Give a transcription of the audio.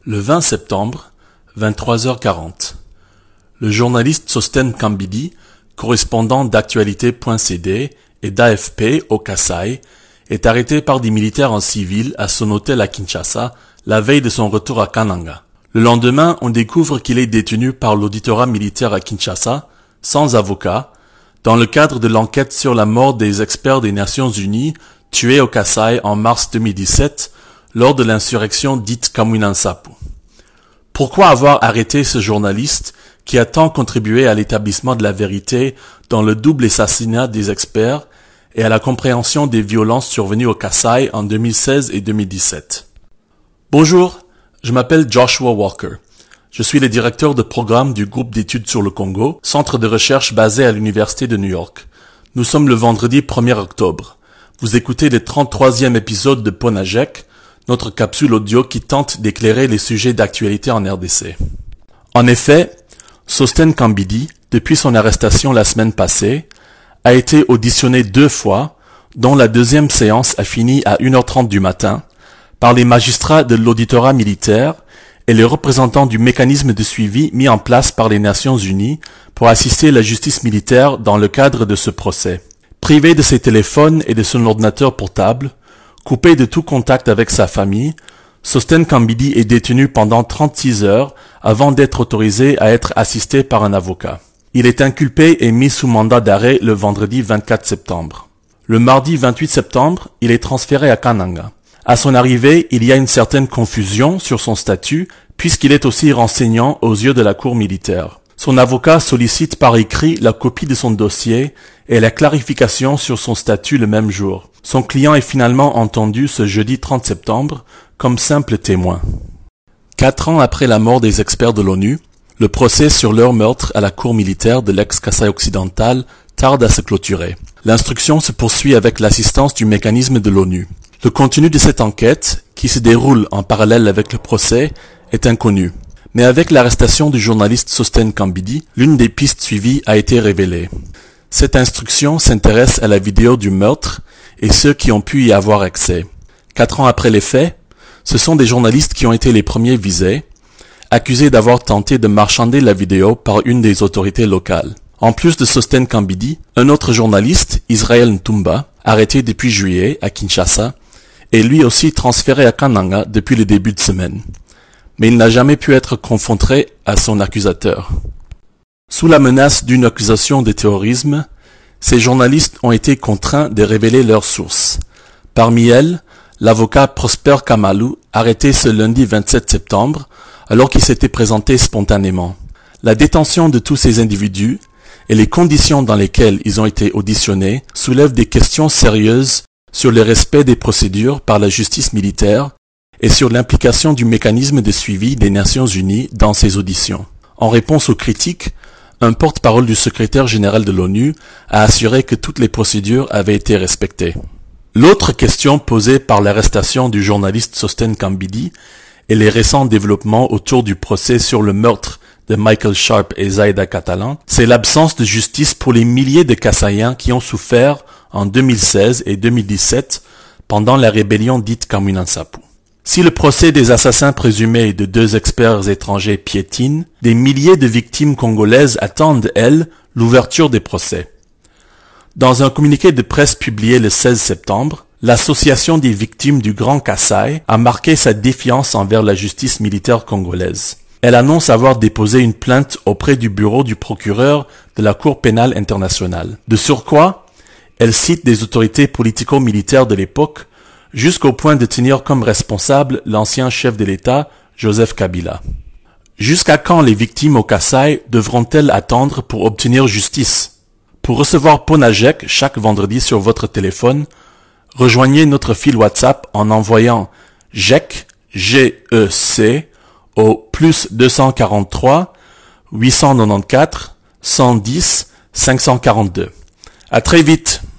Le 20 septembre, 23h40. Le journaliste Sosten Kambidi, correspondant d'actualité.cd et d'AFP au Kasaï, est arrêté par des militaires en civil à son hôtel à Kinshasa la veille de son retour à Kananga. Le lendemain, on découvre qu'il est détenu par l'auditorat militaire à Kinshasa, sans avocat, dans le cadre de l'enquête sur la mort des experts des Nations Unies tués au Kasaï en mars 2017 lors de l'insurrection dite Kamwina Nsapu. Pourquoi avoir arrêté ce journaliste qui a tant contribué à l'établissement de la vérité dans le double assassinat des experts et à la compréhension des violences survenues au Kasaï en 2016 et 2017? Bonjour, je m'appelle Joshua Walker. Je suis le directeur de programme du groupe d'études sur le Congo, centre de recherche basé à l'Université de New York. Nous sommes le vendredi 1er octobre. Vous écoutez le 33e épisode de Ponajek, notre capsule audio qui tente d'éclairer les sujets d'actualité en RDC. En effet, Sosten Kambidi, depuis son arrestation la semaine passée, a été auditionné 2 fois, dont la deuxième séance a fini à 1h30 du matin, par les magistrats de l'auditorat militaire et les représentants du mécanisme de suivi mis en place par les Nations Unies pour assister la justice militaire dans le cadre de ce procès. Privé de ses téléphones et de son ordinateur portable, coupé de tout contact avec sa famille, Sosten Kambidi est détenu pendant 36 heures avant d'être autorisé à être assisté par un avocat. Il est inculpé et mis sous mandat d'arrêt le vendredi 24 septembre. Le mardi 28 septembre, il est transféré à Kananga. À son arrivée, il y a une certaine confusion sur son statut puisqu'il est aussi renseignant aux yeux de la cour militaire. Son avocat sollicite par écrit la copie de son dossier et la clarification sur son statut le même jour. Son client est finalement entendu ce jeudi 30 septembre comme simple témoin. 4 ans après la mort des experts de l'ONU, le procès sur leur meurtre à la cour militaire de l'ex-Kasaï occidental tarde à se clôturer. L'instruction se poursuit avec l'assistance du mécanisme de l'ONU. Le contenu de cette enquête, qui se déroule en parallèle avec le procès, est inconnu. Mais avec l'arrestation du journaliste Sosten Kambidi, l'une des pistes suivies a été révélée. Cette instruction s'intéresse à la vidéo du meurtre et ceux qui ont pu y avoir accès. 4 ans après les faits, ce sont des journalistes qui ont été les premiers visés, accusés d'avoir tenté de marchander la vidéo par une des autorités locales. En plus de Sosten Kambidi, un autre journaliste, Israël Ntumba, arrêté depuis juillet à Kinshasa, est lui aussi transféré à Kananga depuis le début de semaine. Mais il n'a jamais pu être confronté à son accusateur. Sous la menace d'une accusation de terrorisme, ces journalistes ont été contraints de révéler leurs sources. Parmi elles, l'avocat Prosper Kamalou, arrêté ce lundi 27 septembre, alors qu'il s'était présenté spontanément. La détention de tous ces individus et les conditions dans lesquelles ils ont été auditionnés soulèvent des questions sérieuses sur le respect des procédures par la justice militaire et sur l'implication du mécanisme de suivi des Nations Unies dans ces auditions. En réponse aux critiques, un porte-parole du secrétaire général de l'ONU a assuré que toutes les procédures avaient été respectées. L'autre question posée par l'arrestation du journaliste Sosten Kambidi et les récents développements autour du procès sur le meurtre de Michael Sharp et Zaïda Catalan, c'est l'absence de justice pour les milliers de Kasaïens qui ont souffert en 2016 et 2017 pendant la rébellion dite Kamwina Nsapu. Si le procès des assassins présumés de 2 experts étrangers piétine, des milliers de victimes congolaises attendent, elles, l'ouverture des procès. Dans un communiqué de presse publié le 16 septembre, l'Association des victimes du Grand Kasaï a marqué sa défiance envers la justice militaire congolaise. Elle annonce avoir déposé une plainte auprès du bureau du procureur de la Cour pénale internationale. De surcroît, elle cite des autorités politico-militaires de l'époque jusqu'au point de tenir comme responsable l'ancien chef de l'État, Joseph Kabila. Jusqu'à quand les victimes au Kasaï devront-elles attendre pour obtenir justice? Pour recevoir Ponajek chaque vendredi sur votre téléphone, rejoignez notre fil WhatsApp en envoyant GEC, G-E-C, au +243 894 110 542. À très vite!